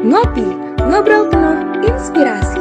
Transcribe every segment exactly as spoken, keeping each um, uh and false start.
Ngopi, ngobrol penuh inspirasi.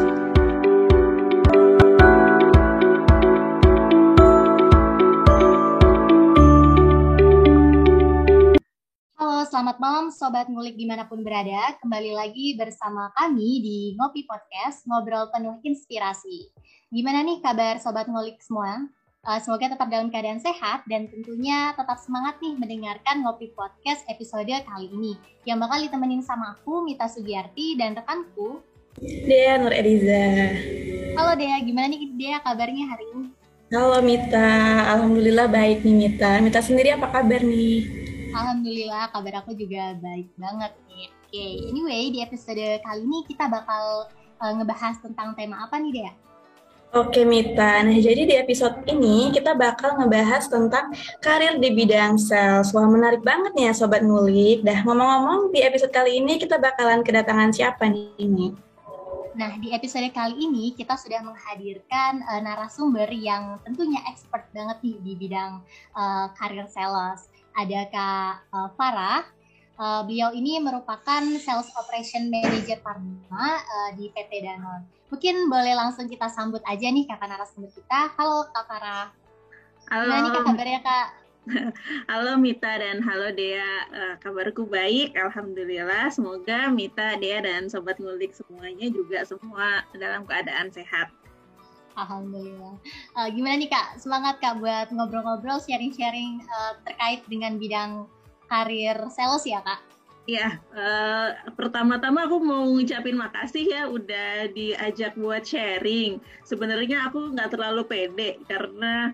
Halo, selamat malam Sobat Ngulik dimanapun berada. Kembali lagi bersama kami di Ngopi Podcast, ngobrol penuh inspirasi. Gimana nih kabar Sobat Ngulik semua? Uh, semoga tetap dalam keadaan sehat dan tentunya tetap semangat nih mendengarkan Ngopi Podcast episode kali ini. Yang bakal ditemenin sama aku, Mita Sugiyarti, dan rekanku Dea Nur Ediza. Halo Dea, gimana nih Dea kabarnya hari ini? Halo Mita, alhamdulillah baik nih Mita. Mita sendiri apa kabar nih? Alhamdulillah kabar aku juga baik banget nih. Oke, okay. Anyway di episode kali ini kita bakal uh, ngebahas tentang tema apa nih Dea? Oke Mita, nah jadi di episode ini kita bakal ngebahas tentang karir di bidang sales. Wah menarik banget nih ya Sobat Ngulik. Dah ngomong-ngomong di episode kali ini kita bakalan kedatangan siapa nih ini? Nah di episode kali ini kita sudah menghadirkan uh, narasumber yang tentunya expert banget nih di bidang uh, karir sales. Ada Kak uh, Farah. Uh, beliau ini merupakan Sales Operation Manager Pharma uh, di P T Danone. Mungkin boleh langsung kita sambut aja nih kakak narasumber kita. Halo Kak Farah. Halo. Gimana nih Kak kabarnya Kak? Halo Mita dan halo Dea. Uh, kabarku baik, alhamdulillah. Semoga Mita, Dea dan Sobat Ngulik semuanya juga semua dalam keadaan sehat. Alhamdulillah. Uh, gimana nih Kak? Semangat Kak buat ngobrol-ngobrol, sharing-sharing uh, terkait dengan bidang karir sales ya Kak? Iya, uh, pertama-tama aku mau ngucapin makasih ya udah diajak buat sharing. Sebenarnya aku nggak terlalu pede karena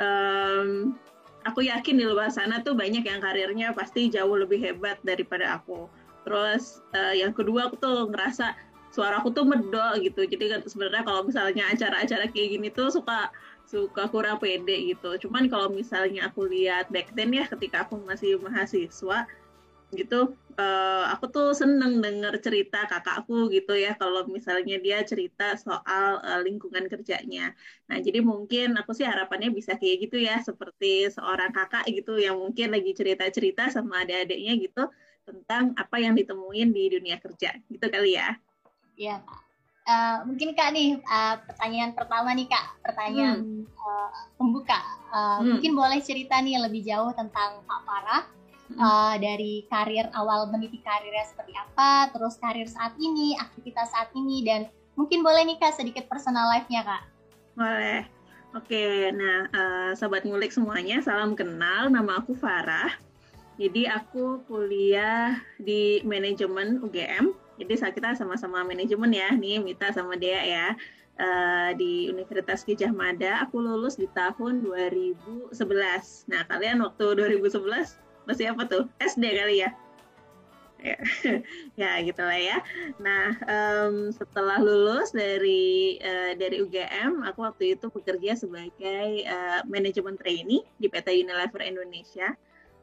um, aku yakin di luar sana tuh banyak yang karirnya pasti jauh lebih hebat daripada aku. Terus uh, yang kedua aku tuh ngerasa suara aku tuh medok gitu. Jadi kan sebenarnya kalau misalnya acara-acara kayak gini tuh suka suka kurang pede gitu. Cuman kalau misalnya aku lihat back then ya ketika aku masih mahasiswa gitu, uh, aku tuh seneng denger cerita kakakku gitu ya kalau misalnya dia cerita soal uh, lingkungan kerjanya. Nah jadi mungkin aku sih harapannya bisa kayak gitu ya, seperti seorang kakak gitu yang mungkin lagi cerita-cerita sama adik-adiknya gitu tentang apa yang ditemuin di dunia kerja gitu kali ya. Iya Kak. Uh, mungkin Kak nih uh, pertanyaan pertama nih Kak, pertanyaan hmm. uh, pembuka. Uh, hmm. Mungkin boleh cerita nih lebih jauh tentang Kak Farah hmm. uh, dari karir awal meniti karirnya seperti apa, terus karir saat ini, aktivitas saat ini, dan mungkin boleh nih Kak sedikit personal life-nya Kak. Boleh. Oke, nah uh, Sobat Ngulik semuanya, salam kenal. Nama aku Farah. Jadi aku kuliah di manajemen U G M. Jadi kita sama-sama manajemen ya, nih Mita sama Dea ya, uh, di Universitas Gadjah Mada. Aku lulus di tahun dua ribu sebelas. Nah, kalian waktu dua ribu sebelas masih apa tuh? S D kali ya? Ya, ya gitulah ya. Nah, um, setelah lulus dari uh, dari U G M, aku waktu itu bekerja sebagai uh, manajemen trainee di P T Unilever Indonesia.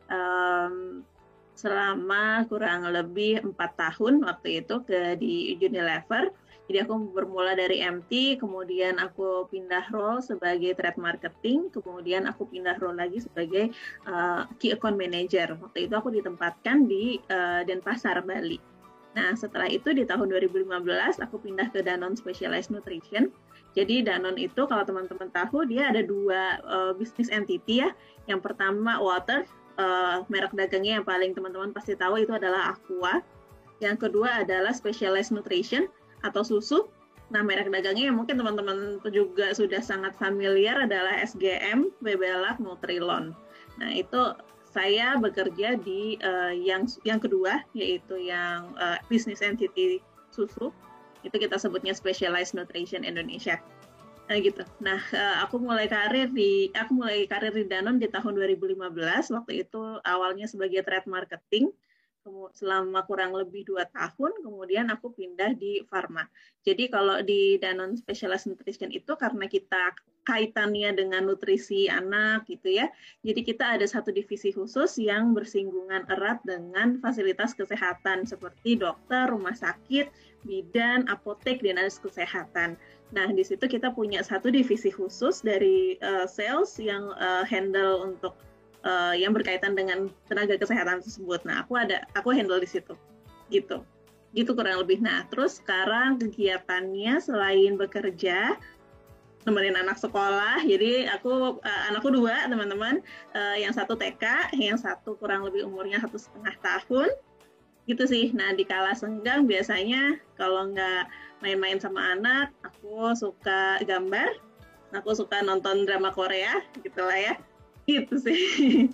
Um, selama kurang lebih empat tahun waktu itu ke di Unilever. Jadi aku bermula dari M T, kemudian aku pindah role sebagai trade marketing, kemudian aku pindah role lagi sebagai uh, key account manager. Waktu itu aku ditempatkan di uh, Denpasar, Bali. Nah setelah itu di tahun dua ribu lima belas aku pindah ke Danone Specialized Nutrition. Jadi Danone itu kalau teman-teman tahu dia ada dua uh, business entity ya. Yang pertama water, Uh, merek dagangnya yang paling teman-teman pasti tahu itu adalah Aqua. Yang kedua adalah Specialized Nutrition atau susu. Nah, merek dagangnya yang mungkin teman-teman juga sudah sangat familiar adalah S G M, Bebelac, Nutrilon. Nah, itu saya bekerja di uh, yang yang kedua, yaitu yang uh, business entity susu. Itu kita sebutnya Specialized Nutrition Indonesia. Nah gitu. Nah, aku mulai karir di aku mulai karir di Danone di tahun dua ribu lima belas. Waktu itu awalnya sebagai trade marketing selama kurang lebih dua tahun, kemudian aku pindah di Pharma. Jadi kalau di Danone Specialized Nutrition itu karena kita kaitannya dengan nutrisi anak gitu ya. Jadi kita ada satu divisi khusus yang bersinggungan erat dengan fasilitas kesehatan seperti dokter, rumah sakit, bidan, apotek, dan dinas kesehatan. Nah, di situ kita punya satu divisi khusus dari uh, sales yang uh, handle untuk uh, yang berkaitan dengan tenaga kesehatan tersebut. Nah, aku ada, aku handle di situ, gitu. gitu kurang lebih. Nah, terus sekarang kegiatannya selain bekerja, nemenin anak sekolah. Jadi aku uh, anakku dua teman-teman, uh, yang satu T K, yang satu kurang lebih umurnya satu setengah tahun, gitu sih. Nah di kala senggang biasanya kalau nggak main-main sama anak, aku suka gambar, aku suka nonton drama Korea, gitulah ya, gitu sih.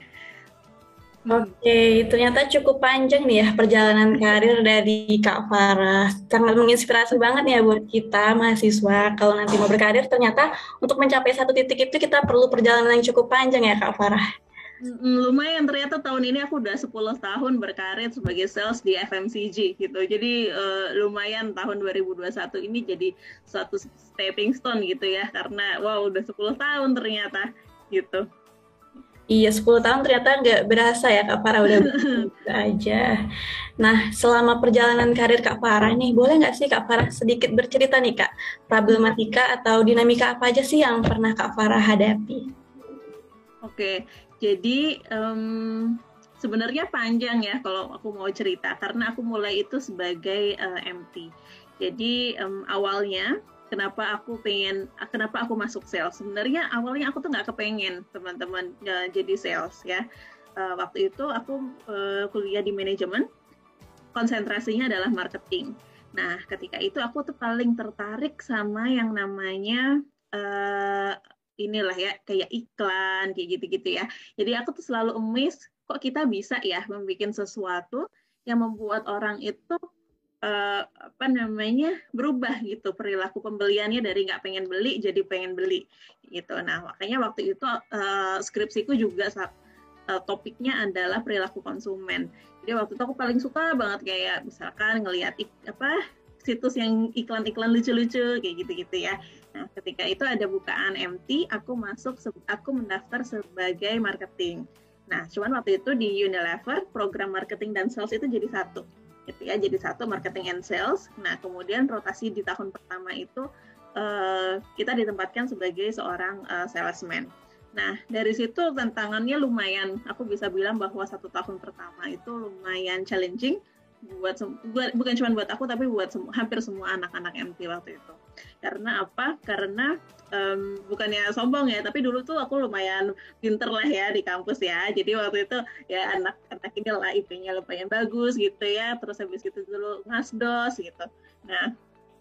Oke, ternyata cukup panjang nih ya perjalanan karir dari Kak Farah. Sangat menginspirasi banget ya buat kita mahasiswa. Kalau nanti mau berkarir, ternyata untuk mencapai satu titik itu kita perlu perjalanan yang cukup panjang ya Kak Farah. Hmm, lumayan, ternyata tahun ini aku udah sepuluh tahun berkarir sebagai sales di F M C G gitu. Jadi uh, lumayan tahun dua ribu dua puluh satu ini jadi suatu stepping stone gitu ya. Karena wow udah sepuluh tahun ternyata gitu. Iya, sepuluh tahun ternyata nggak berasa ya Kak Farah, udah begitu aja. Nah, selama perjalanan karir Kak Farah nih, boleh nggak sih Kak Farah sedikit bercerita nih Kak, problematika atau dinamika apa aja sih yang pernah Kak Farah hadapi? Oke, jadi um, sebenarnya panjang ya kalau aku mau cerita, karena aku mulai itu sebagai uh, M T. Jadi um, awalnya, kenapa aku pengen, kenapa aku masuk sales? Sebenarnya awalnya aku tuh nggak kepengen teman-teman uh, jadi sales ya. Uh, waktu itu aku uh, kuliah di manajemen, konsentrasinya adalah marketing. Nah, ketika itu aku tuh paling tertarik sama yang namanya uh, inilah ya, kayak iklan, kayak gitu-gitu ya. Jadi aku tuh selalu amazed, kok kita bisa ya membuat sesuatu yang membuat orang itu Uh, apa namanya berubah gitu perilaku pembeliannya dari nggak pengen beli jadi pengen beli gitu. Nah makanya waktu itu uh, skripsiku juga uh, topiknya adalah perilaku konsumen. Jadi waktu itu aku paling suka banget kayak misalkan ngelihat apa situs yang iklan-iklan lucu-lucu kayak gitu-gitu ya. Nah ketika itu ada bukaan M T, aku masuk aku mendaftar sebagai marketing. Nah cuman waktu itu di Unilever program marketing dan sales itu jadi satu. Gitu ya, jadi satu marketing and sales. Nah, kemudian rotasi di tahun pertama itu uh, kita ditempatkan sebagai seorang uh, salesman. Nah, dari situ tantangannya lumayan. Aku bisa bilang bahwa satu tahun pertama itu lumayan challenging buat, buat bukan cuma buat aku tapi buat semu, hampir semua anak-anak M T waktu itu. Karena apa? Karena um, bukannya sombong ya, tapi dulu tuh aku lumayan pinter lah ya di kampus ya. Jadi waktu itu ya anak-anak ini lah I P-nya lumayan bagus gitu ya. Terus habis itu dulu ngasdos gitu. Nah,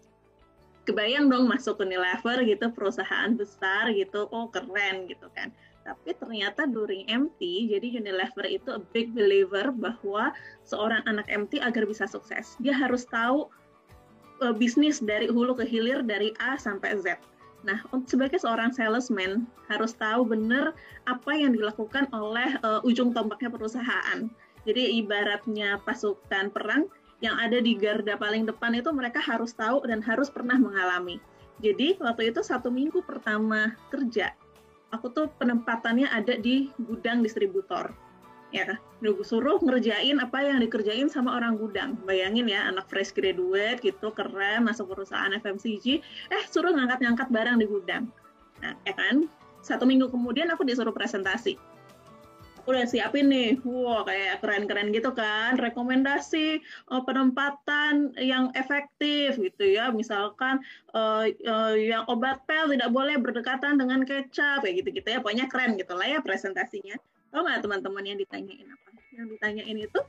kebayang dong masuk Unilever gitu, perusahaan besar gitu, oh keren gitu kan. Tapi ternyata during M T, jadi Unilever itu a big believer bahwa seorang anak M T agar bisa sukses, dia harus tahu uh, bisnis dari hulu ke hilir, dari A sampai Z. Nah, sebagai seorang salesman, harus tahu benar apa yang dilakukan oleh uh, ujung tombaknya perusahaan. Jadi ibaratnya pasukan perang, yang ada di garda paling depan itu mereka harus tahu dan harus pernah mengalami. Jadi waktu itu satu minggu pertama kerja, aku tuh penempatannya ada di gudang distributor. Ya kan? Suruh ngerjain apa yang dikerjain sama orang gudang. Bayangin ya, anak fresh graduate gitu, keren, masuk perusahaan F M C G, eh suruh ngangkat-ngangkat barang di gudang. Nah, ya kan? Satu minggu kemudian aku disuruh presentasi. Aku udah siapin nih, wow kayak keren-keren gitu kan, rekomendasi uh, penempatan yang efektif gitu ya, misalkan uh, uh, yang obat pel tidak boleh berdekatan dengan kecap, kayak gitu-gitu ya, pokoknya keren gitu lah ya presentasinya. Tahu nggak teman-teman yang ditanyain apa? Yang ditanyain itu,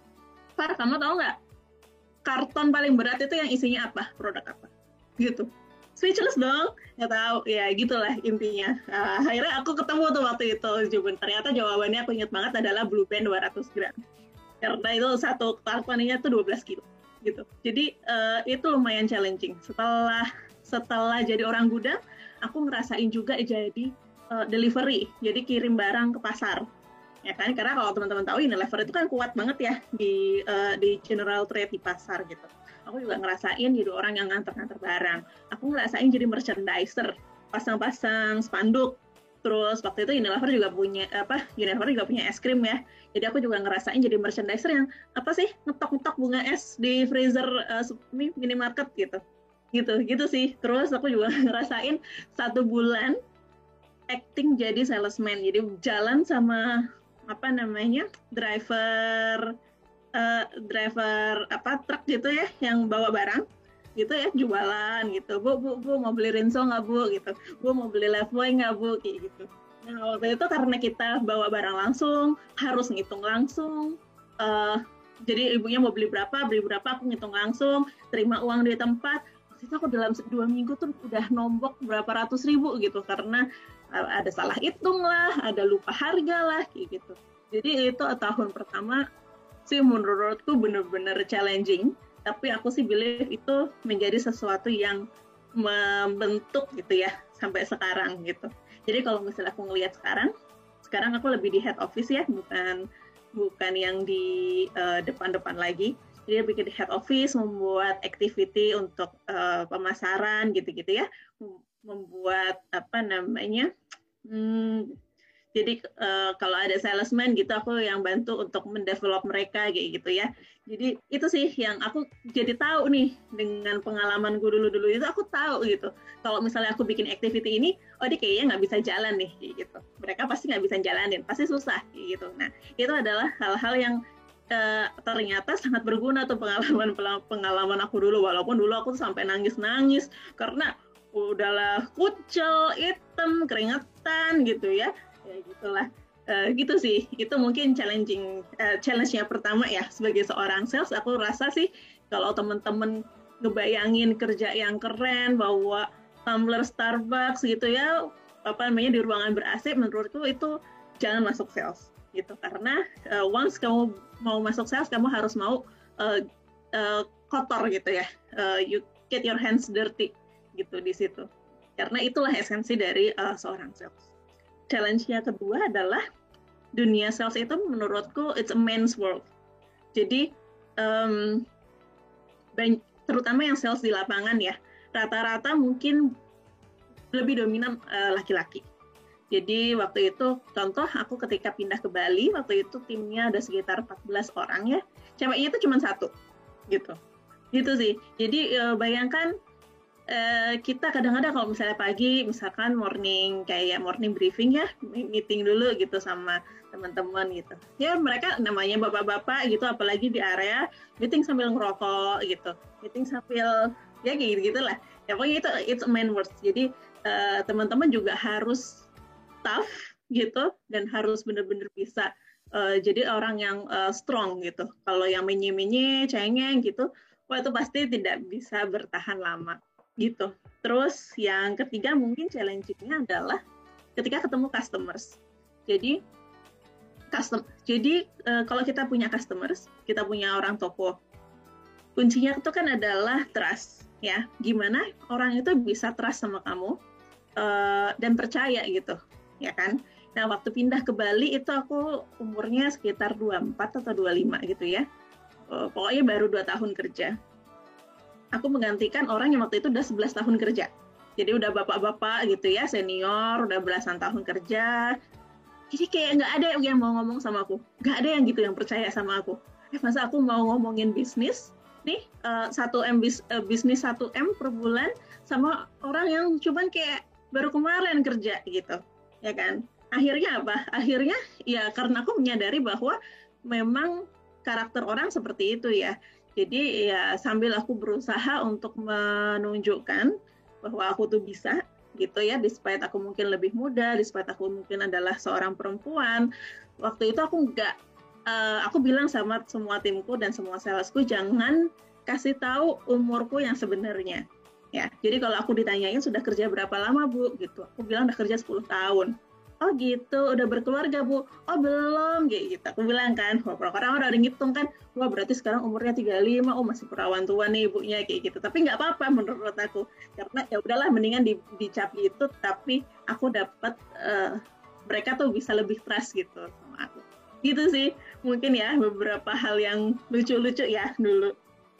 Far, kamu tahu nggak karton paling berat itu yang isinya apa? Produk apa? Gitu. Speechless dong, nggak tahu, ya gitulah intinya. Nah, akhirnya aku ketemu tuh waktu itu, ternyata jawabannya aku ingat banget adalah Blue Band dua ratus gram. Karena itu satu kartonnya tuh dua belas kilo, gitu. Jadi uh, itu lumayan challenging. Setelah setelah jadi orang gudang, aku ngerasain juga jadi uh, delivery, jadi kirim barang ke pasar. Ya kan, karena kalau teman-teman tahu Unilever itu kan kuat banget ya di uh, di general trade di pasar gitu. Aku juga ngerasain jadi orang yang nganter-nganter barang. Aku ngerasain jadi merchandiser, pasang-pasang spanduk. Terus waktu itu Unilever juga punya apa? Unilever juga punya es krim ya. Jadi aku juga ngerasain jadi merchandiser yang apa sih? Ngetok-ngetok bunga es di freezer uh, minimarket gitu. Gitu, gitu sih. Terus aku juga ngerasain satu bulan acting jadi salesman. Jadi jalan sama apa namanya? driver uh, driver apa truk gitu ya yang bawa barang gitu ya, jualan gitu, bu bu bu mau beli Rinso nggak bu gitu, bu mau beli Lifebuoy nggak bu kayak gitu. Nah waktu itu karena kita bawa barang langsung harus ngitung langsung, uh, jadi ibunya mau beli berapa beli berapa aku ngitung langsung, terima uang di tempat. Waktu itu aku dalam dua minggu tuh udah nombok berapa ratus ribu gitu karena uh, ada salah hitung lah, ada lupa harga lah kayak gitu. Jadi itu tahun pertama sih menurutku bener-bener challenging. Tapi aku sih believe itu menjadi sesuatu yang membentuk gitu ya sampai sekarang gitu. Jadi kalau misalnya aku ngelihat sekarang, sekarang aku lebih di head office ya, bukan bukan yang di uh, depan-depan lagi. Jadi lebih di head office, membuat activity untuk uh, pemasaran gitu-gitu ya, membuat apa namanya. Hmm, Jadi uh, kalau ada salesman gitu aku yang bantu untuk mendevelop mereka kayak gitu ya. Jadi itu sih yang aku jadi tahu nih dengan pengalaman gue dulu-dulu itu aku tahu gitu. Kalau misalnya aku bikin activity ini, oh dia kayaknya nggak bisa jalan nih kayak gitu. Mereka pasti nggak bisa jalanin, pasti susah kayak gitu. Nah itu adalah hal-hal yang uh, ternyata sangat berguna tuh pengalaman pengalaman aku dulu. Walaupun dulu aku sampai nangis-nangis karena udahlah kucel, hitam, keringetan gitu ya. Ya gitulah, uh, gitu sih. Itu mungkin challenging, uh, challenge-nya pertama ya sebagai seorang sales. Aku rasa sih kalau teman-teman ngebayangin kerja yang keren, bawa tumbler Starbucks gitu ya, apa namanya di ruangan ber-A C, menurutku itu jangan masuk sales gitu. Karena uh, once kamu mau masuk sales, kamu harus mau uh, uh, kotor gitu ya. Uh, you get your hands dirty gitu di situ. Karena itulah esensi dari uh, seorang sales. Challenge-nya kedua adalah dunia sales itu menurutku it's a man's world. Jadi um, terutama yang sales di lapangan ya, rata-rata mungkin lebih dominan uh, laki-laki. Jadi waktu itu contoh aku ketika pindah ke Bali, waktu itu timnya ada sekitar empat belas orang ya, ceweknya itu cuma satu gitu. Gitu sih. Jadi uh, bayangkan Uh, kita kadang-kadang kalau misalnya pagi, misalkan morning kayak morning briefing ya, meeting dulu gitu sama teman-teman gitu. Ya mereka namanya bapak-bapak gitu, apalagi di area meeting sambil ngerokok gitu, meeting sambil ya kayak gitu-gitulah. Ya pokoknya itu it's a man words. Jadi uh, teman-teman juga harus tough gitu dan harus benar-benar bisa uh, jadi orang yang uh, strong gitu. Kalau yang menye-menye, cengeng gitu, wah itu pasti tidak bisa bertahan lama. Gitu. Terus yang ketiga mungkin challenging-nya adalah ketika ketemu customers. Jadi custom jadi uh, kalau kita punya customers, kita punya orang toko. Kuncinya itu kan adalah trust ya. Gimana orang itu bisa trust sama kamu uh, dan percaya gitu, ya kan? Nah, waktu pindah ke Bali itu aku umurnya sekitar dua puluh empat atau dua puluh lima gitu ya. Uh, pokoknya baru dua tahun kerja. Aku menggantikan orang yang waktu itu udah sebelas tahun kerja. Jadi udah bapak-bapak gitu ya, senior, udah belasan tahun kerja. Jadi kayak nggak ada yang mau ngomong sama aku. Nggak ada yang gitu yang percaya sama aku. Eh masa aku mau ngomongin bisnis, nih satu M bis, uh, bisnis satu M per bulan sama orang yang cuman kayak baru kemarin kerja gitu. Ya kan? Akhirnya apa? Akhirnya ya karena aku menyadari bahwa memang karakter orang seperti itu ya. Jadi ya sambil aku berusaha untuk menunjukkan bahwa aku tuh bisa gitu ya, despite aku mungkin lebih muda, despite aku mungkin adalah seorang perempuan. Waktu itu aku nggak, uh, aku bilang sama semua timku dan semua salesku jangan kasih tahu umurku yang sebenarnya. Ya, jadi kalau aku ditanyain sudah kerja berapa lama Bu, gitu, aku bilang udah kerja sepuluh tahun. Oh gitu, udah berkeluarga Bu? Oh belum, kayak gitu. Aku bilang kan, wah orang-orang udah ngitung kan, wah berarti sekarang umurnya tiga puluh lima, oh masih perawan tua nih ibunya, kayak gitu. Tapi nggak apa-apa menurut aku, karena ya udahlah mendingan di, dicap gitu, tapi aku dapat, uh, mereka tuh bisa lebih trust gitu sama aku. Gitu sih, mungkin ya beberapa hal yang lucu-lucu ya dulu.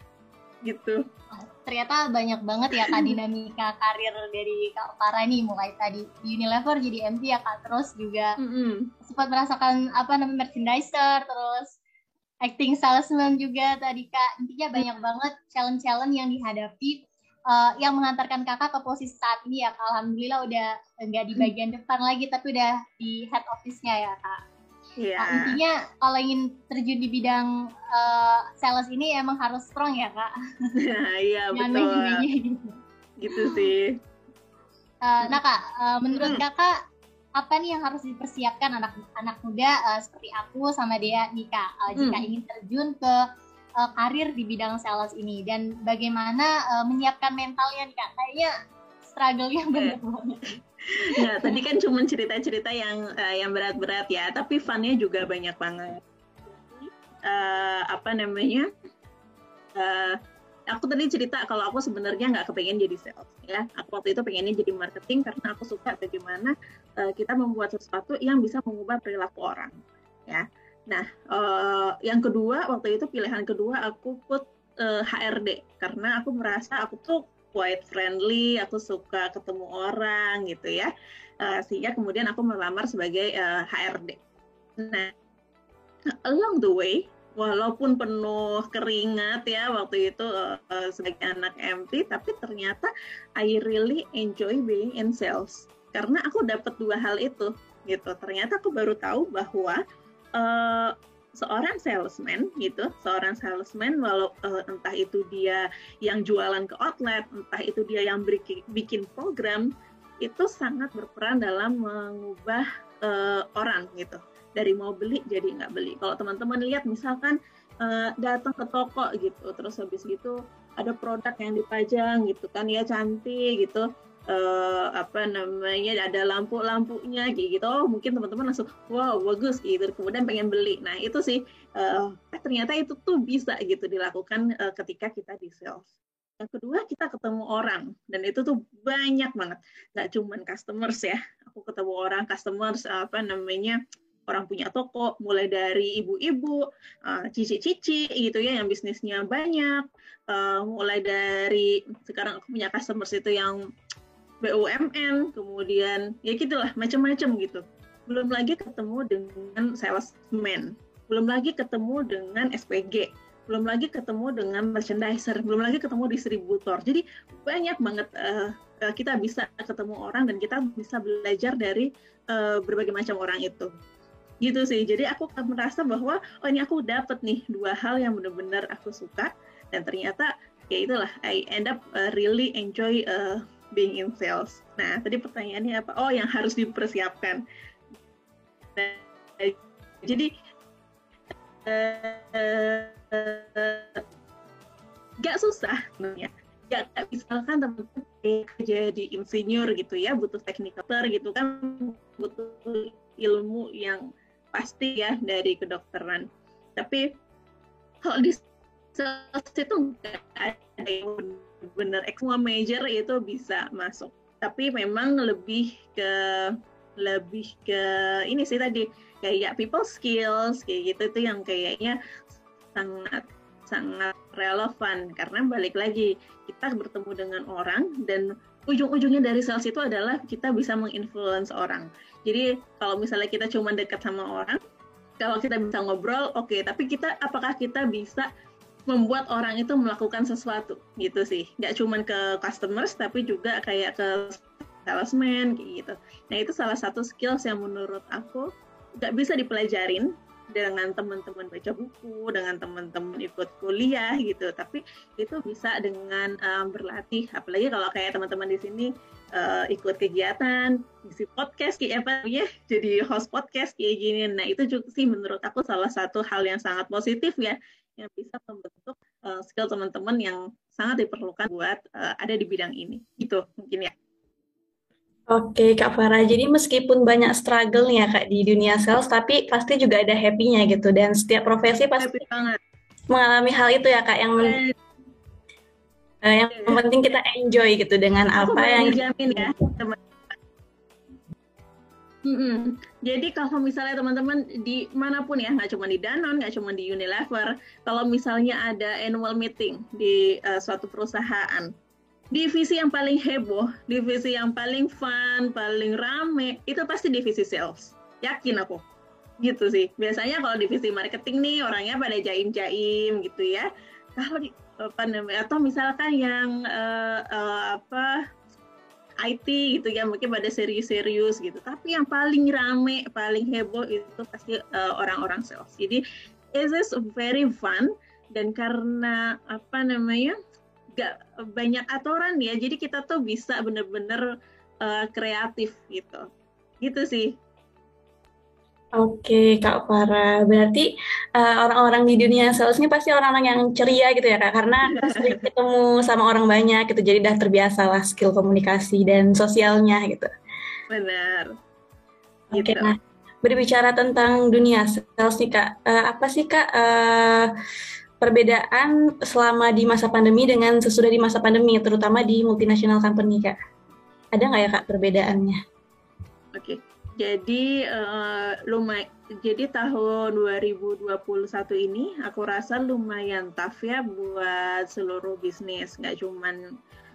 Gitu. Ternyata banyak banget ya Kak dinamika karir dari Kak Farah nih, mulai tadi di Unilever jadi M D ya Kak, terus juga mm-hmm. sempat merasakan apa namanya merchandiser, terus acting salesman juga tadi Kak. Intinya banyak banget challenge-challenge yang dihadapi uh, yang mengantarkan Kakak ke posisi saat ini ya Kak. Alhamdulillah udah nggak di bagian depan lagi tapi udah di head office-nya ya Kak. Iya. Uh, intinya kalau ingin terjun di bidang uh, sales ini emang harus strong ya Kak. Iya Jangan betul. main-mainnya gitu. Gitu sih. Uh, nah Kak, uh, menurut Hmm. Kakak apa nih yang harus dipersiapkan anak-anak muda uh, seperti aku sama Dea nih Kak, uh, jika Hmm. ingin terjun ke uh, karir di bidang sales ini, dan bagaimana uh, menyiapkan mentalnya nih Kak? Kayaknya struggle-nya banyak banget. Nah, tadi kan cuma cerita-cerita yang uh, yang berat-berat ya, tapi fun-nya juga banyak banget. Uh, apa namanya? Uh, aku tadi cerita kalau aku sebenarnya nggak kepengen jadi sales ya. Aku waktu itu pengennya jadi marketing karena aku suka bagaimana uh, kita membuat sesuatu yang bisa mengubah perilaku orang. Ya. Nah, uh, yang kedua waktu itu pilihan kedua aku put uh, H R D karena aku merasa aku tuh quite friendly, aku suka ketemu orang gitu ya, uh, sehingga kemudian aku melamar sebagai uh, H R D. Nah, along the way, walaupun penuh keringat ya waktu itu uh, uh, sebagai anak M T, tapi ternyata I really enjoy being in sales karena aku dapat dua hal itu gitu. Ternyata aku baru tahu bahwa uh, seorang salesman gitu, seorang salesman walau uh, entah itu dia yang jualan ke outlet, entah itu dia yang bikin, bikin program, itu sangat berperan dalam mengubah uh, orang gitu. Dari mau beli jadi nggak beli. Kalau teman-teman lihat misalkan uh, datang ke toko gitu, terus habis gitu ada produk yang dipajang gitu kan ya cantik gitu. Uh, apa namanya ada lampu-lampunya gitu, oh mungkin teman-teman langsung wow bagus gitu, kemudian pengen beli. Nah itu sih uh, ternyata itu tuh bisa gitu dilakukan uh, ketika kita di sales. Yang kedua kita ketemu orang dan itu tuh banyak banget, nggak cuman customers ya, aku ketemu orang customers apa namanya orang punya toko, mulai dari ibu-ibu, uh, cici-cici gitu ya yang bisnisnya banyak, uh, mulai dari sekarang aku punya customers itu yang B U M N, kemudian ya gitulah macam-macam gitu. Belum lagi ketemu dengan salesman, belum lagi ketemu dengan S P G, belum lagi ketemu dengan merchandiser, belum lagi ketemu distributor. Jadi banyak banget uh, kita bisa ketemu orang dan kita bisa belajar dari uh, berbagai macam orang itu. Gitu sih. Jadi aku merasa bahwa oh ini aku dapat nih dua hal yang benar-benar aku suka dan ternyata ya itulah I end up uh, really enjoy uh, being in sales. Nah, tadi pertanyaannya apa? Oh, yang harus dipersiapkan. Nah, jadi uh, uh, gak susah sebenarnya. Gak, gak misalkan teman-teman kerja di insinyur gitu ya, butuh technical gitu kan, butuh ilmu yang pasti ya dari kedokteran. Tapi kalau di sales itu nggak ada yang benar semua major itu bisa masuk, tapi memang lebih ke lebih ke ini sih tadi kayak people skills kayak gitu itu yang kayaknya sangat sangat relevan karena balik lagi kita bertemu dengan orang dan ujung-ujungnya dari sales itu adalah kita bisa menginfluence orang. Jadi kalau misalnya kita cuma dekat sama orang, kalau kita bisa ngobrol oke, okay, tapi kita apakah kita bisa membuat orang itu melakukan sesuatu gitu sih, nggak cuma ke customers tapi juga kayak ke salesman gitu. Nah itu salah satu skills yang menurut aku nggak bisa dipelajarin dengan teman-teman baca buku, dengan teman-teman ikut kuliah gitu, tapi itu bisa dengan um, berlatih. Apalagi kalau kayak teman-teman di sini uh, ikut kegiatan, isi podcast kayak apa ya, jadi host podcast kayak gini. Nah itu juga sih menurut aku salah satu hal yang sangat positif ya, yang bisa membentuk uh, skill teman-teman yang sangat diperlukan buat uh, ada di bidang ini. Gitu mungkin ya. Oke, Kak Farah. Jadi meskipun banyak struggle nih ya Kak di dunia sales, tapi pasti juga ada happy-nya gitu. Dan setiap profesi pasti Happy banget. mengalami hal itu ya Kak. Yang Dan, uh, yang ya. penting kita enjoy gitu dengan Aku apa yang jamin ya, teman-teman. Mm-mm. Jadi kalau misalnya teman-teman di manapun ya, nggak cuma di Danone, nggak cuma di Unilever, kalau misalnya ada annual meeting di uh, suatu perusahaan, divisi yang paling heboh, divisi yang paling fun, paling rame, itu pasti divisi sales. Yakin aku. Gitu sih. Biasanya kalau divisi marketing nih, orangnya pada jaim-jaim gitu ya. Kalau di, apa namanya, atau misalkan yang uh, uh, apa I T gitu ya, mungkin pada serius-serius gitu. Tapi yang paling rame, paling heboh itu pasti uh, orang-orang sales. Jadi it is very fun, dan karena apa namanya gak banyak aturan ya, jadi kita tuh bisa bener-bener uh, kreatif gitu. Gitu sih. Oke, Kak Farah. Berarti uh, orang-orang di dunia sales ini pasti orang-orang yang ceria gitu ya, Kak? Karena sering ketemu sama orang banyak gitu, jadi udah terbiasa lah skill komunikasi dan sosialnya gitu. Benar. Oke, Gitu. nah berbicara tentang dunia sales nih, Kak. Uh, apa sih, Kak, uh, perbedaan selama di masa pandemi dengan sesudah di masa pandemi, terutama di multinational company, Kak? Ada nggak ya, Kak, perbedaannya? Oke. Jadi uh, lumay jadi tahun dua ribu dua puluh satu ini aku rasa lumayan tough ya buat seluruh bisnis, nggak cuman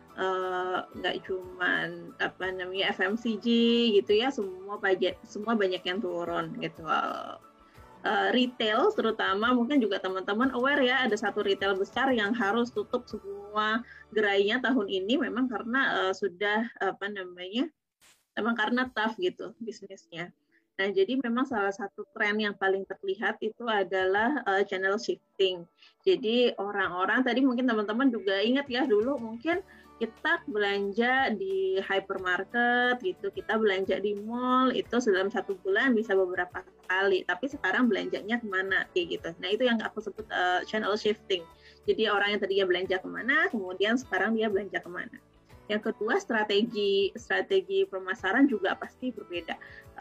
uh, nggak cuman apa namanya F M C G gitu ya, semua banyak semua banyak yang turun gitu. Uh, uh, retail terutama mungkin juga teman-teman aware ya, ada satu retail besar yang harus tutup semua gerainya tahun ini memang karena uh, sudah apa namanya memang karena tough gitu bisnisnya. Nah, jadi memang salah satu tren yang paling terlihat itu adalah uh, channel shifting. Jadi orang-orang tadi mungkin teman-teman juga ingat ya, dulu mungkin kita belanja di hypermarket gitu, kita belanja di mall itu dalam satu bulan bisa beberapa kali. Tapi sekarang belanjanya kemana kayak gitu. Nah, itu yang aku sebut uh, channel shifting. Jadi orang yang tadinya belanja kemana, kemudian sekarang dia belanja kemana. Yang kedua, strategi strategi pemasaran juga pasti berbeda.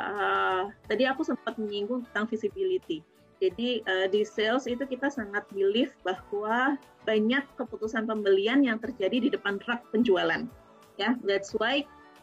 Uh, tadi aku sempat menyinggung tentang visibility. Jadi uh, di sales itu kita sangat believe bahwa banyak keputusan pembelian yang terjadi di depan rak penjualan. Ya, that's why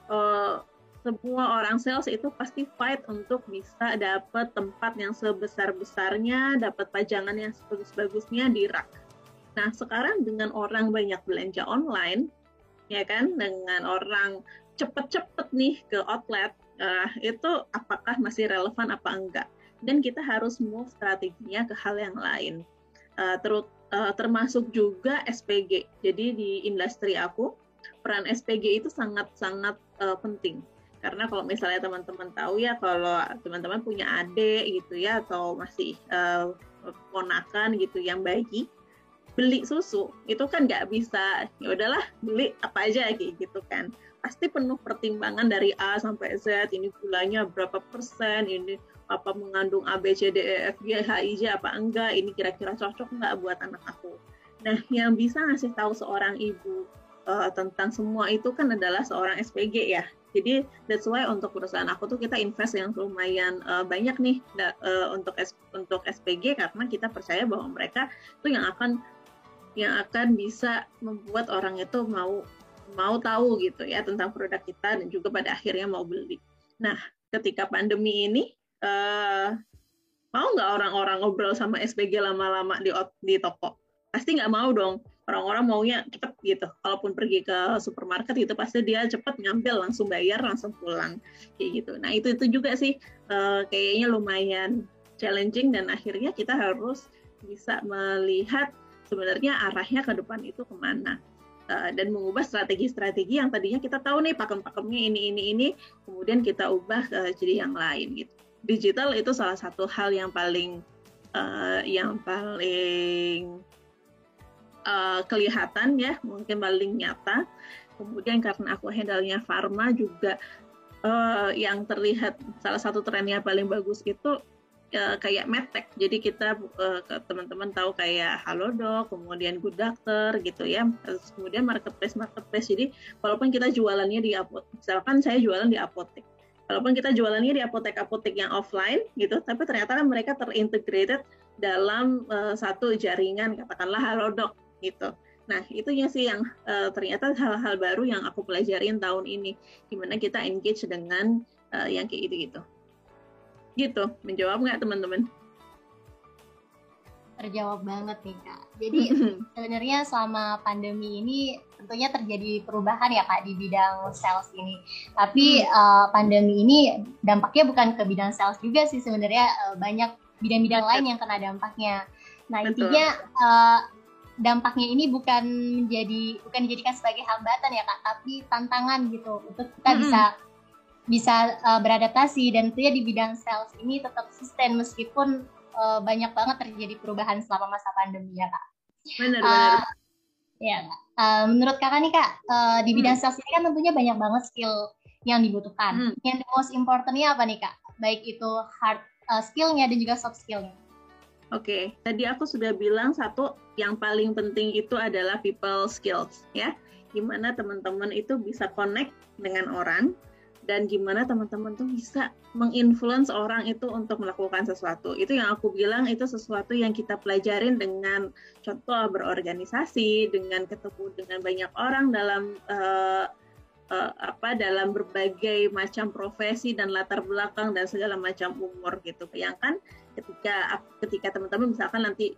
uh, semua orang sales itu pasti fight untuk bisa dapat tempat yang sebesar-besarnya, dapat pajangan yang sebagus-bagusnya di rak. Nah, sekarang dengan orang banyak belanja online, ya kan, dengan orang cepet-cepet nih ke outlet, uh, itu apakah masih relevan apa enggak? Dan kita harus move strateginya ke hal yang lain, uh, terut, uh, termasuk juga S P G. Jadi di industri aku, peran S P G itu sangat-sangat uh, penting. Karena kalau misalnya teman-teman tahu ya, kalau teman-teman punya adik gitu ya, atau masih uh, ponakan gitu yang bayi, beli susu itu kan nggak bisa ya udahlah beli apa aja kayak gitu kan, pasti penuh pertimbangan dari A sampai Z, ini gulanya berapa persen, ini apa mengandung A B C D E F G H I J apa enggak, ini kira-kira cocok nggak buat anak aku. Nah, yang bisa ngasih tahu seorang ibu uh, tentang semua itu kan adalah seorang S P G ya. Jadi that's why untuk perusahaan aku tuh kita invest yang lumayan uh, banyak nih da, uh, untuk S, untuk S P G, karena kita percaya bahwa mereka tuh yang akan yang akan bisa membuat orang itu mau mau tahu gitu ya tentang produk kita dan juga pada akhirnya mau beli. Nah, ketika pandemi ini uh, mau nggak orang-orang ngobrol sama S P G lama-lama di di toko? Pasti nggak mau dong. Orang-orang maunya cepet gitu. Kalaupun pergi ke supermarket itu pasti dia cepet ngambil, langsung bayar, langsung pulang kayak gitu. Nah, itu itu juga sih uh, kayaknya lumayan challenging, dan akhirnya kita harus bisa melihat sebenarnya arahnya ke depan itu kemana, uh, dan mengubah strategi-strategi yang tadinya kita tahu nih pakem-pakemnya ini ini ini, kemudian kita ubah uh, jadi yang lain gitu. Digital itu salah satu hal yang paling uh, yang paling uh, kelihatan ya, mungkin paling nyata. Kemudian karena aku handle-nya pharma juga, uh, yang terlihat salah satu trennya paling bagus itu Uh, kayak medtech. Jadi kita uh, teman-teman tahu kayak Halodoc, kemudian Good Doctor gitu ya. Terus kemudian marketplace marketplace. Jadi walaupun kita jualannya di apotek, misalkan saya jualan di apotek. Walaupun kita jualannya di apotek-apotek yang offline gitu, tapi ternyata kan mereka terintegrated dalam uh, satu jaringan, katakanlah Halodoc gitu. Nah, itunya sih yang uh, ternyata hal-hal baru yang aku pelajarin tahun ini, gimana kita engage dengan uh, yang kayak gitu-gitu. Gitu, menjawab nggak teman-teman? Terjawab banget nih Kak. Jadi sebenarnya selama pandemi ini tentunya terjadi perubahan ya Kak di bidang sales ini. Tapi hmm. uh, pandemi ini dampaknya bukan ke bidang sales juga sih sebenarnya, uh, banyak bidang-bidang lain yang kena dampaknya. Nah, Betul. intinya uh, dampaknya ini bukan menjadi bukan dijadikan sebagai hambatan ya Kak, tapi tantangan gitu untuk kita Mm-mm. bisa bisa uh, beradaptasi, dan tentunya di bidang sales ini tetap sustain meskipun uh, banyak banget terjadi perubahan selama masa pandemi ya Kak. Benar, Uh, benar. ya, uh, menurut Kakak nih Kak, uh, di bidang Hmm. sales ini kan tentunya banyak banget skill yang dibutuhkan. Hmm. Yang most importantnya apa nih Kak? Baik itu hard uh, skill-nya dan juga soft skill-nya. Oke, tadi aku sudah bilang satu yang paling penting itu adalah people skills, ya. Gimana teman-teman itu bisa connect dengan orang, dan gimana teman-teman tuh bisa menginfluence orang itu untuk melakukan sesuatu. Itu yang aku bilang, itu sesuatu yang kita pelajarin dengan contoh berorganisasi, dengan ketemu dengan banyak orang dalam uh, uh, apa dalam berbagai macam profesi dan latar belakang dan segala macam umur gitu. Bayangkan ketika ketika teman-teman misalkan nanti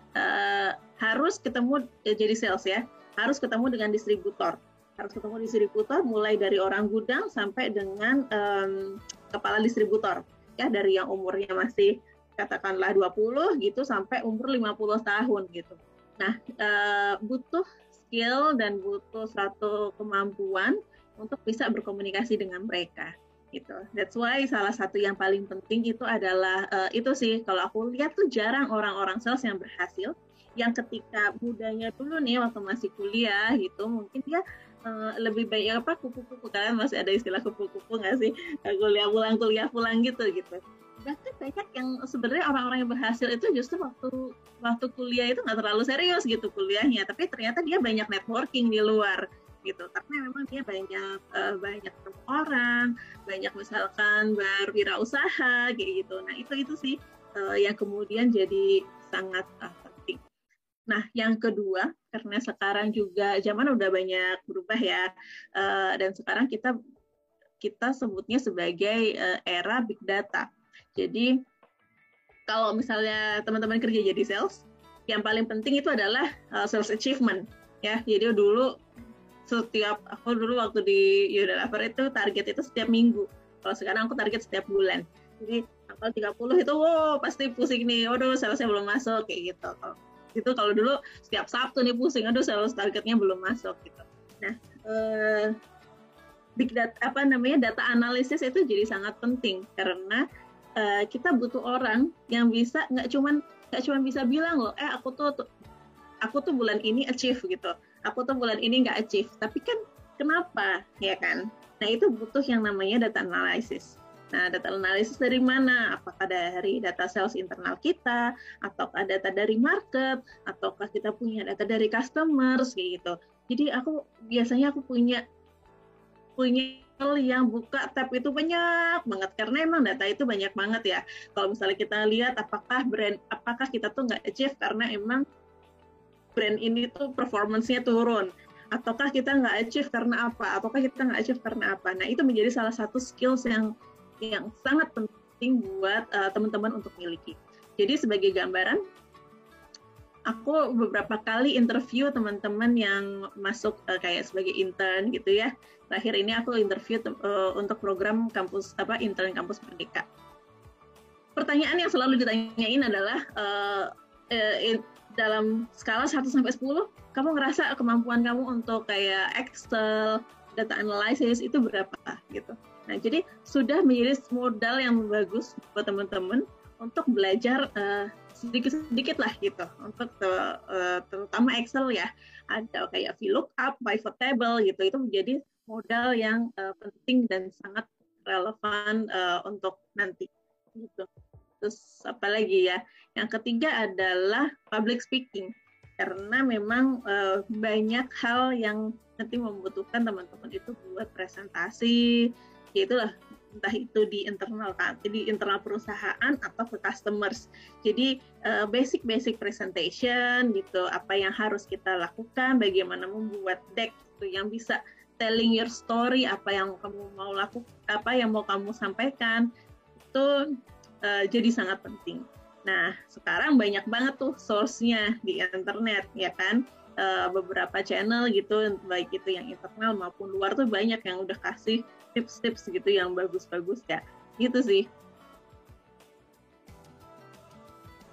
uh, harus ketemu ya, jadi sales ya, harus ketemu dengan distributor. harus ketemu distributor mulai dari orang gudang sampai dengan um, kepala distributor, ya, dari yang umurnya masih katakanlah dua puluh gitu sampai umur lima puluh tahun gitu. Nah, uh, butuh skill dan butuh satu kemampuan untuk bisa berkomunikasi dengan mereka gitu. That's why salah satu yang paling penting itu adalah uh, itu sih, kalau aku lihat tuh jarang orang-orang sales yang berhasil yang ketika mudanya dulu nih waktu masih kuliah gitu, mungkin dia Uh, lebih baik apa kupu-kupu, kan masih ada istilah kupu-kupu nggak sih, kuliah pulang kuliah pulang gitu gitu. Bahkan banyak yang sebenarnya orang-orang yang berhasil itu justru waktu waktu kuliah itu nggak terlalu serius gitu kuliahnya, tapi ternyata dia banyak networking di luar gitu, karena memang dia banyak uh, banyak ketemu orang, banyak misalkan berwirausaha kayak gitu. Nah itu itu sih uh, yang kemudian jadi sangat uh, penting. Nah, yang kedua, karena sekarang juga zaman udah banyak berubah ya, uh, dan sekarang kita kita sebutnya sebagai uh, era big data. Jadi, kalau misalnya teman-teman kerja jadi sales, yang paling penting itu adalah uh, sales achievement, ya. Jadi dulu setiap aku dulu waktu di Unilever itu target itu setiap minggu. Kalau sekarang aku target setiap bulan. Jadi tanggal tiga puluh itu, wow, pasti pusing nih, waduh, salesnya belum masuk kayak gitu. Itu kalau dulu setiap Sabtu nih pusing, aduh sales targetnya belum masuk gitu. Nah, eh, big data apa namanya data analisis itu jadi sangat penting karena eh, kita butuh orang yang bisa nggak cuman nggak cuman bisa bilang loh, eh aku tuh, tuh aku tuh bulan ini achieve gitu, aku tuh bulan ini nggak achieve, tapi kan kenapa ya kan? Nah itu butuh yang namanya data analisis. Nah, data analisis dari mana? Apakah dari data sales internal kita, ataukah data dari market, ataukah kita punya data dari customers, kayak gitu. Jadi aku biasanya aku punya punya yang buka tab itu banyak banget karena emang data itu banyak banget ya. Kalau misalnya kita lihat apakah brand, apakah kita tuh nggak achieve karena emang brand ini tuh performance-nya turun, ataukah kita nggak achieve karena apa? Ataukah kita nggak achieve karena apa? Nah itu menjadi salah satu skills yang yang sangat penting buat uh, teman-teman untuk miliki. Jadi sebagai gambaran, aku beberapa kali interview teman-teman yang masuk uh, kayak sebagai intern gitu ya. Terakhir ini aku interview uh, untuk program kampus apa intern kampus Merdeka. Pertanyaan yang selalu ditanyain adalah uh, uh, in, dalam skala satu sampai sepuluh, kamu ngerasa kemampuan kamu untuk kayak Excel, data analysis itu berapa gitu. Nah, jadi sudah menjadi modal yang bagus buat teman-teman untuk belajar uh, sedikit-sedikit lah gitu, untuk uh, terutama Excel ya, ada kayak VLOOKUP, pivot table gitu, itu menjadi modal yang uh, penting dan sangat relevan uh, untuk nanti gitu. Terus apa lagi ya? Yang ketiga adalah public speaking, karena memang uh, banyak hal yang nanti membutuhkan teman-teman itu buat presentasi, itulah entah itu di internal kan, di internal perusahaan atau ke customers. Jadi uh, basic-basic presentation gitu, apa yang harus kita lakukan, bagaimana membuat deck gitu, yang bisa telling your story, apa yang kamu mau lakukan, apa yang mau kamu sampaikan, itu uh, jadi sangat penting. Nah, sekarang banyak banget tuh source-nya di internet, ya kan? Uh, beberapa channel gitu, baik itu yang internal maupun luar tuh banyak yang udah kasih tips-tips gitu yang bagus-bagus ya, gitu sih.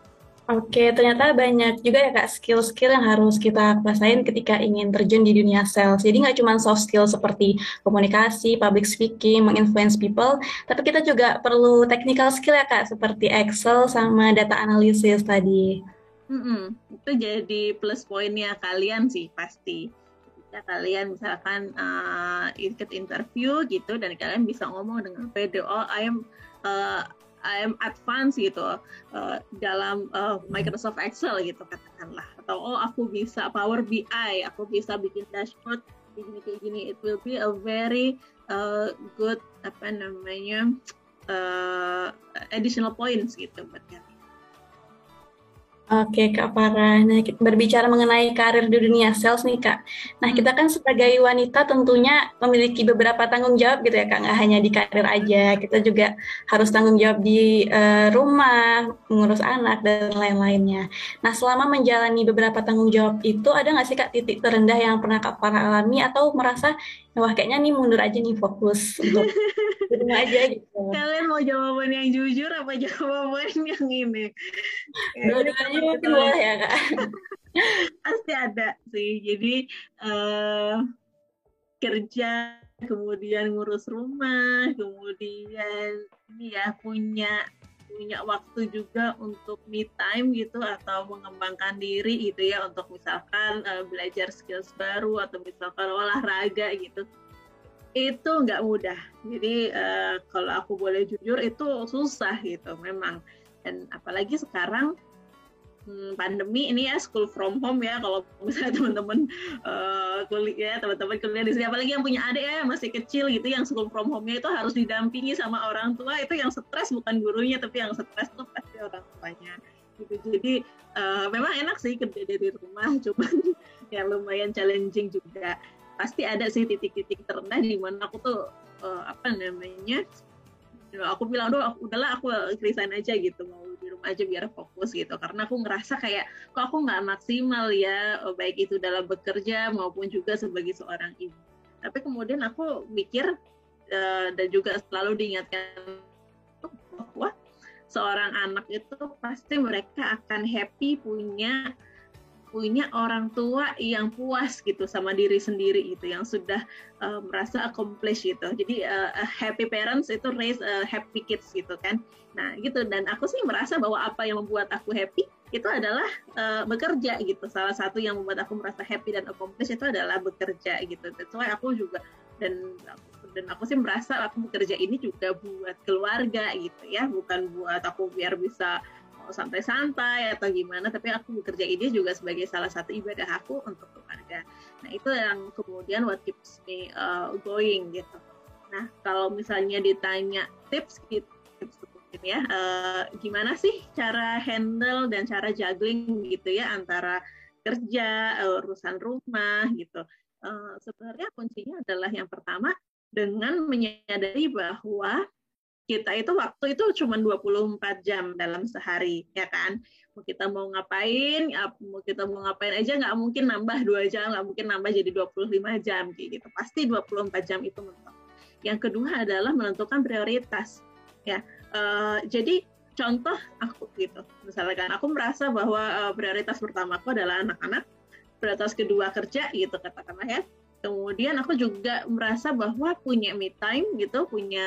Oke, ternyata banyak juga ya Kak skill-skill yang harus kita kuasain ketika ingin terjun di dunia sales. Jadi nggak cuma soft skill seperti komunikasi, public speaking, menginfluence people, tapi kita juga perlu technical skill ya Kak, seperti Excel sama data analysis tadi. Mm-mm. Itu jadi plus poinnya kalian sih pasti. Ketika kalian misalkan uh, ikut interview gitu dan kalian bisa ngomong dengan pede, oh I am uh, I am advance gitu uh, dalam uh, Microsoft Excel gitu katakanlah, atau oh aku bisa Power B I, aku bisa bikin dashboard begini kayak gini, it will be a very uh, good apa namanya uh, additional points gitu buat kalian. Oke Kak Farah, nah kita berbicara mengenai karir di dunia sales nih Kak. Nah kita kan sebagai wanita tentunya memiliki beberapa tanggung jawab gitu ya Kak, nggak hanya di karir aja, kita juga harus tanggung jawab di uh, rumah, mengurus anak dan lain-lainnya. Nah selama menjalani beberapa tanggung jawab itu ada nggak sih Kak titik terendah yang pernah Kak Farah alami atau merasa wah kayaknya nih mundur aja nih fokus untuk di rumah aja gitu. Kalian mau jawaban yang jujur apa jawaban yang ini? Dua-duanya mungkin boleh ya Kak. Pasti ada sih. Jadi uh, kerja, kemudian ngurus rumah, kemudian ini ya punya punya waktu juga untuk me time gitu atau mengembangkan diri gitu ya, untuk misalkan uh, belajar skills baru atau misalkan olahraga gitu. Itu nggak mudah. Jadi uh, kalau aku boleh jujur itu susah gitu memang. Dan apalagi sekarang hmm, pandemi ini ya, school from home ya, kalau misalnya teman-teman uh, kuliah, teman-teman kuliah di sini, apalagi yang punya adik ya masih kecil gitu, yang school from home-nya itu harus didampingi sama orang tua, itu yang stres bukan gurunya, tapi yang stres tuh pasti orang tuanya. Gitu. Jadi uh, memang enak sih kerja dari rumah, cuman ya lumayan challenging juga. Pasti ada sih titik-titik terendah di mana aku tuh uh, apa namanya, aku bilang doh udahlah aku resign aja gitu, mau di rumah aja biar fokus gitu, karena aku ngerasa kayak kok aku nggak maksimal ya, baik itu dalam bekerja maupun juga sebagai seorang ibu. Tapi kemudian aku mikir uh, dan juga selalu diingatkan bahwa seorang anak itu pasti mereka akan happy punya punya orang tua yang puas gitu sama diri sendiri gitu, yang sudah uh, merasa accomplish gitu. Jadi uh, happy parents itu raise uh, happy kids gitu kan. Nah gitu, dan aku sih merasa bahwa apa yang membuat aku happy itu adalah uh, bekerja gitu. Salah satu yang membuat aku merasa happy dan accomplish itu adalah bekerja gitu. That's why aku juga dan dan aku sih merasa aku bekerja ini juga buat keluarga gitu ya, bukan buat aku biar bisa santai-santai atau gimana, tapi aku bekerja ini juga sebagai salah satu ibadah aku untuk keluarga. Nah itu yang kemudian what keeps me uh, going gitu. Nah kalau misalnya ditanya tips gitu, tips mungkin ya, uh, gimana sih cara handle dan cara juggling gitu ya antara kerja, uh, urusan rumah gitu. Uh, sebenarnya kuncinya adalah yang pertama dengan menyadari bahwa kita itu waktu itu cuma dua puluh empat jam dalam sehari, ya kan? Mau kita mau ngapain, mau kita mau ngapain aja nggak mungkin nambah dua jam, nggak mungkin nambah jadi dua puluh lima jam, kayak gitu. Pasti dua puluh empat jam itu mentok. Yang kedua adalah menentukan prioritas, ya. Uh, jadi contoh aku gitu, misalkan aku merasa bahwa uh, prioritas pertama aku adalah anak-anak, prioritas kedua kerja gitu katakanlah ya. Kemudian aku juga merasa bahwa punya me time gitu, punya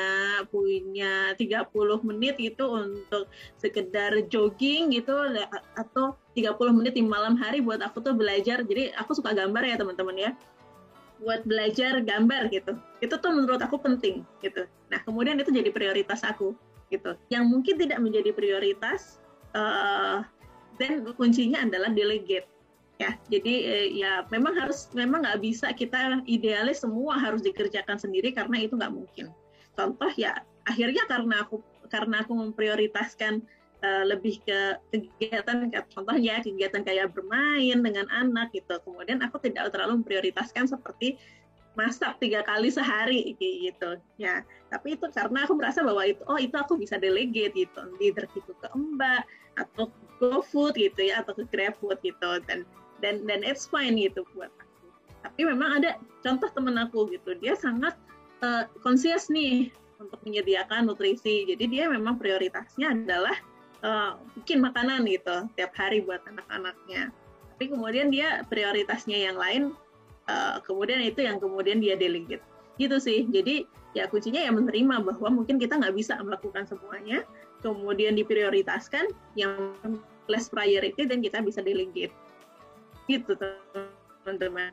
punya tiga puluh menit gitu untuk sekedar jogging gitu, atau tiga puluh menit di malam hari buat aku tuh belajar. Jadi aku suka gambar ya teman-teman ya, buat belajar gambar gitu. Itu tuh menurut aku penting gitu. Nah kemudian itu jadi prioritas aku gitu. Yang mungkin tidak menjadi prioritas, uh, dan kuncinya adalah delegate. Ya, jadi ya memang harus memang nggak bisa kita idealis semua harus dikerjakan sendiri karena itu nggak mungkin. Contoh ya akhirnya karena aku karena aku memprioritaskan uh, lebih ke kegiatan, contohnya kegiatan kayak bermain dengan anak gitu. Kemudian aku tidak terlalu memprioritaskan seperti masak tiga kali sehari gitu ya. Tapi itu karena aku merasa bahwa itu oh itu aku bisa delegate gitu, either gitu ke Mbak atau GoFood gitu ya atau ke GrabFood gitu, dan dan dan it's fine gitu buat aku. Tapi memang ada contoh temen aku gitu, dia sangat uh, conscious nih untuk menyediakan nutrisi. Jadi dia memang prioritasnya adalah uh, bikin makanan gitu tiap hari buat anak-anaknya. Tapi kemudian dia prioritasnya yang lain, uh, kemudian itu yang kemudian dia delegate. Gitu sih. Jadi ya kuncinya ya menerima bahwa mungkin kita nggak bisa melakukan semuanya, kemudian diprioritaskan yang less priority dan kita bisa delegate. Gitu teman-teman.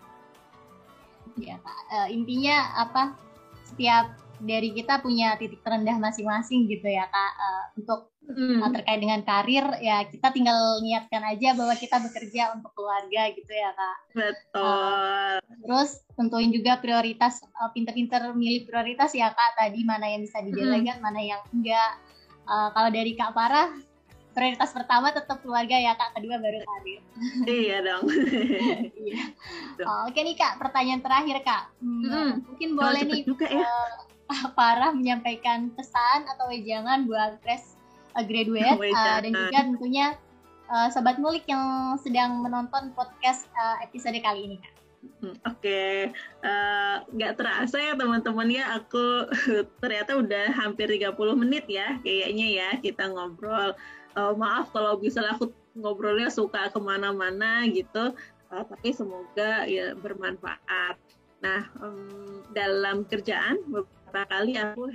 Ya, uh, intinya apa? Setiap dari kita punya titik terendah masing-masing gitu ya Kak. Uh, untuk hmm. uh, terkait dengan karir ya kita tinggal niatkan aja bahwa kita bekerja untuk keluarga gitu ya Kak. Betul. Uh, terus tentuin juga prioritas, uh, pinter-pinter milih prioritas ya Kak. Tadi mana yang bisa didelegat, hmm. mana yang enggak. Uh, kalau dari Kak Farah, prioritas pertama tetap keluarga ya Kak, kedua baru karir. Iya dong. Iya. Oh, oke nih Kak, pertanyaan terakhir Kak. Hmm, hmm. Mungkin boleh nih juga, ya? uh, Farah menyampaikan pesan atau wejangan buat fresh uh, graduate uh, dan juga tentunya uh, Sobat Ngulik yang sedang menonton podcast uh, episode kali ini Kak. Oke, okay. uh, nggak terasa ya teman-teman ya, aku ternyata udah hampir tiga puluh menit ya kayaknya ya kita ngobrol. Uh, maaf kalau misalnya aku ngobrolnya suka kemana-mana gitu, uh, tapi semoga ya bermanfaat. Nah, um, dalam kerjaan beberapa kali aku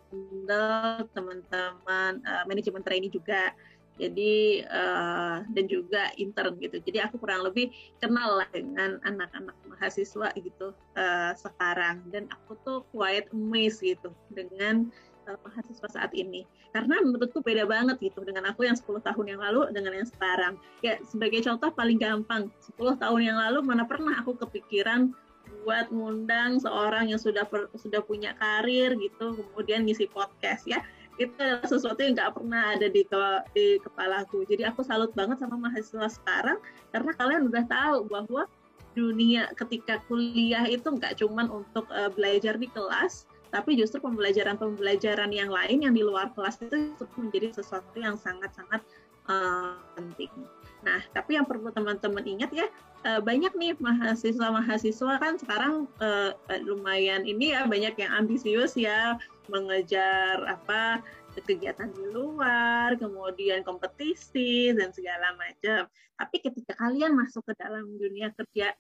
handle teman-teman uh, manajemen trainee juga. Jadi uh, dan juga intern gitu. Jadi aku kurang lebih kenal lah dengan anak-anak mahasiswa gitu uh, sekarang. Dan aku tuh quite amazed gitu dengan uh, mahasiswa saat ini. Karena menurutku beda banget gitu dengan aku yang sepuluh tahun yang lalu dengan yang sekarang. Ya sebagai contoh paling gampang, sepuluh tahun yang lalu mana pernah aku kepikiran buat ngundang seorang yang sudah per, sudah punya karir gitu, kemudian ngisi podcast ya. Itu adalah sesuatu yang nggak pernah ada di, ke, di kepalaku. Jadi aku salut banget sama mahasiswa sekarang karena kalian udah tahu bahwa dunia ketika kuliah itu nggak cuman untuk uh, belajar di kelas, tapi justru pembelajaran-pembelajaran yang lain yang di luar kelas itu menjadi sesuatu yang sangat-sangat uh, penting. Nah, tapi yang perlu teman-teman ingat ya, uh, banyak nih mahasiswa-mahasiswa kan sekarang uh, lumayan ini ya, banyak yang ambisius ya, mengejar apa kegiatan di luar, kemudian kompetisi dan segala macam. Tapi ketika kalian masuk ke dalam dunia kerja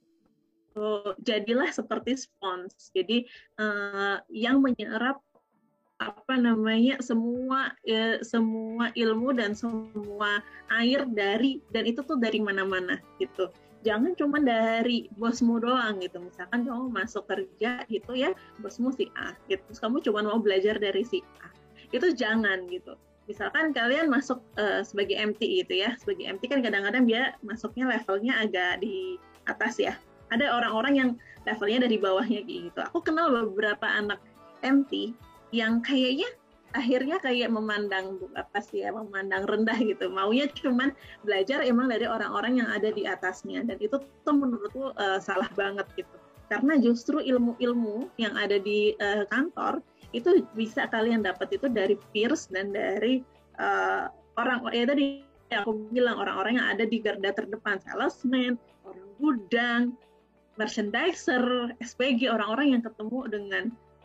itu jadilah seperti spons. Jadi uh, yang menyerap apa namanya semua ya, semua ilmu dan semua air dari dan itu tuh dari mana-mana gitu. Jangan cuma dari bosmu doang gitu. Misalkan kamu masuk kerja gitu ya, bosmu si A gitu. Terus kamu cuma mau belajar dari si A. Itu jangan gitu. Misalkan kalian masuk uh, sebagai M T gitu ya. Sebagai M T kan kadang-kadang dia masuknya levelnya agak di atas ya. Ada orang-orang yang levelnya dari bawahnya gitu. Aku kenal beberapa anak M T yang kayaknya akhirnya kayak memandang apa sih ya, memandang rendah gitu, maunya cuman belajar emang dari orang-orang yang ada di atasnya, dan itu tuh menurutku uh, salah banget gitu, karena justru ilmu-ilmu yang ada di uh, kantor itu bisa kalian dapat itu dari peers dan dari uh, orang ya tadi aku bilang orang-orang yang ada di garda terdepan, salesman, orang gudang, merchandiser, S P G, orang-orang yang ketemu dengan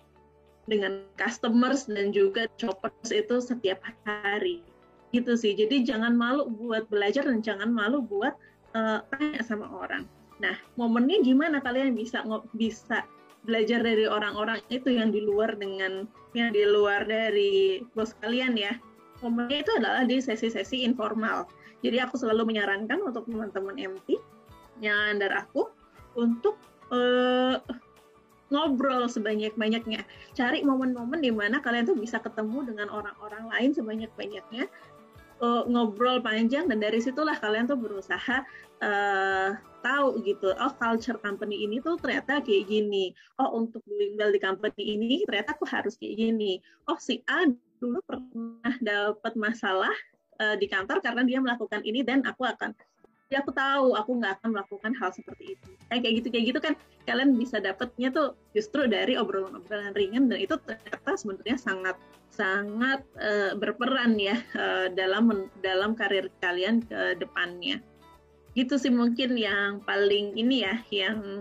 dengan customers dan juga shoppers itu setiap hari gitu sih. Jadi jangan malu buat belajar dan jangan malu buat uh, tanya sama orang. Nah, momennya gimana kalian bisa bisa belajar dari orang-orang itu yang di luar dengan yang di luar dari bos kalian ya. Momennya itu adalah di sesi-sesi informal. Jadi aku selalu menyarankan untuk teman-teman M T yang under aku untuk uh, ngobrol sebanyak-banyaknya. Cari momen-momen di mana kalian tuh bisa ketemu dengan orang-orang lain sebanyak-banyaknya, uh, ngobrol panjang, dan dari situlah kalian tuh berusaha uh, tahu gitu, oh culture company ini tuh ternyata kayak gini, oh untuk doing well di company ini ternyata aku harus kayak gini, oh si A dulu pernah dapat masalah uh, di kantor karena dia melakukan ini dan aku akan ya aku tahu aku nggak akan melakukan hal seperti itu. Kayak gitu kayak gitu kan kalian bisa dapatnya tuh justru dari obrolan-obrolan ringan, dan itu ternyata sebenarnya sangat sangat uh, berperan ya uh, dalam dalam karir kalian ke depannya. Gitu sih mungkin yang paling ini ya, yang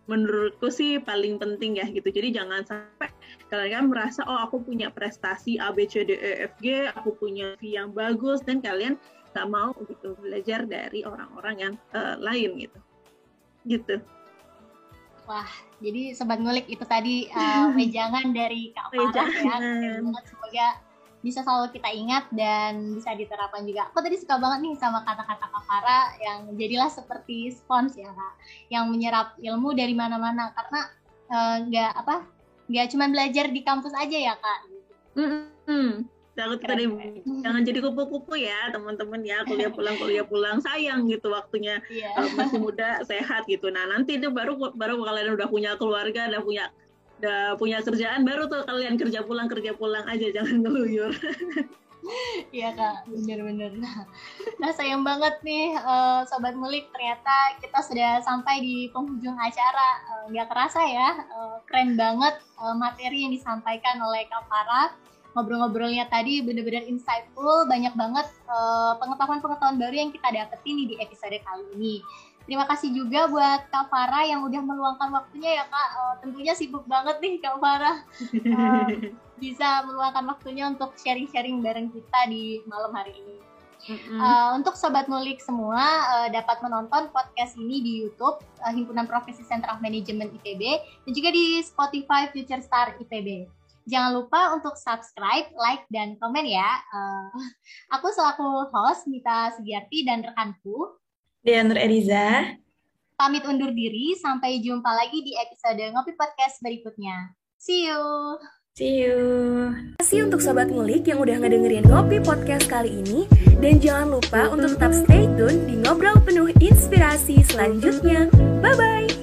menurutku sih paling penting ya gitu. Jadi jangan sampai kalian merasa oh aku punya prestasi A B C D E F G, aku punya V yang bagus dan kalian nggak mau gitu belajar dari orang-orang yang uh, lain gitu. Gitu. Wah, jadi Sobat Ngulik itu tadi uh, wejangan dari Kak Farah ya. Semoga bisa selalu kita ingat dan bisa diterapkan juga. Aku tadi suka banget nih sama kata-kata Kak Farah yang jadilah seperti spons ya Kak, yang menyerap ilmu dari mana-mana karena nggak uh, apa nggak cuma belajar di kampus aja ya Kak. Mm-hmm. Jangan, tadi, jangan jadi kupu-kupu ya teman-teman ya, kuliah pulang kuliah pulang sayang gitu waktunya. Yeah. uh, masih muda sehat gitu. Nah nanti itu baru baru kalian udah punya keluarga, udah punya udah punya kerjaan, baru tuh kalian kerja pulang kerja pulang aja, jangan ngeluyur. Iya Kak, bener-bener. Nah sayang banget nih uh, Sobat Ngulik, ternyata kita sudah sampai di penghujung acara. uh, Gak kerasa ya, uh, keren banget uh, materi yang disampaikan oleh Kak Farah. Ngobrol-ngobrolnya tadi bener-bener insightful, banyak banget uh, pengetahuan-pengetahuan baru yang kita dapetin nih di episode kali ini. Terima kasih juga buat Kak Farah yang udah meluangkan waktunya ya Kak. Uh, tentunya sibuk banget nih Kak Farah. Uh, bisa meluangkan waktunya untuk sharing-sharing bareng kita di malam hari ini. Mm-hmm. Uh, untuk Sobat Ngulik semua uh, dapat menonton podcast ini di YouTube uh, Himpunan Profesi Sentra Manajemen I P B dan juga di Spotify Future Star I P B. Jangan lupa untuk subscribe, like, dan komen ya. Uh, aku selaku host Mita Sugiarti dan rekanku Deanur Eriza pamit undur diri. Sampai jumpa lagi di episode Ngopi Podcast berikutnya. See you. See you. Terima kasih untuk Sobat Ngulik yang udah ngedengerin Ngopi Podcast kali ini. Dan jangan lupa untuk tetap stay tune di Ngobrol Penuh Inspirasi selanjutnya. Bye-bye.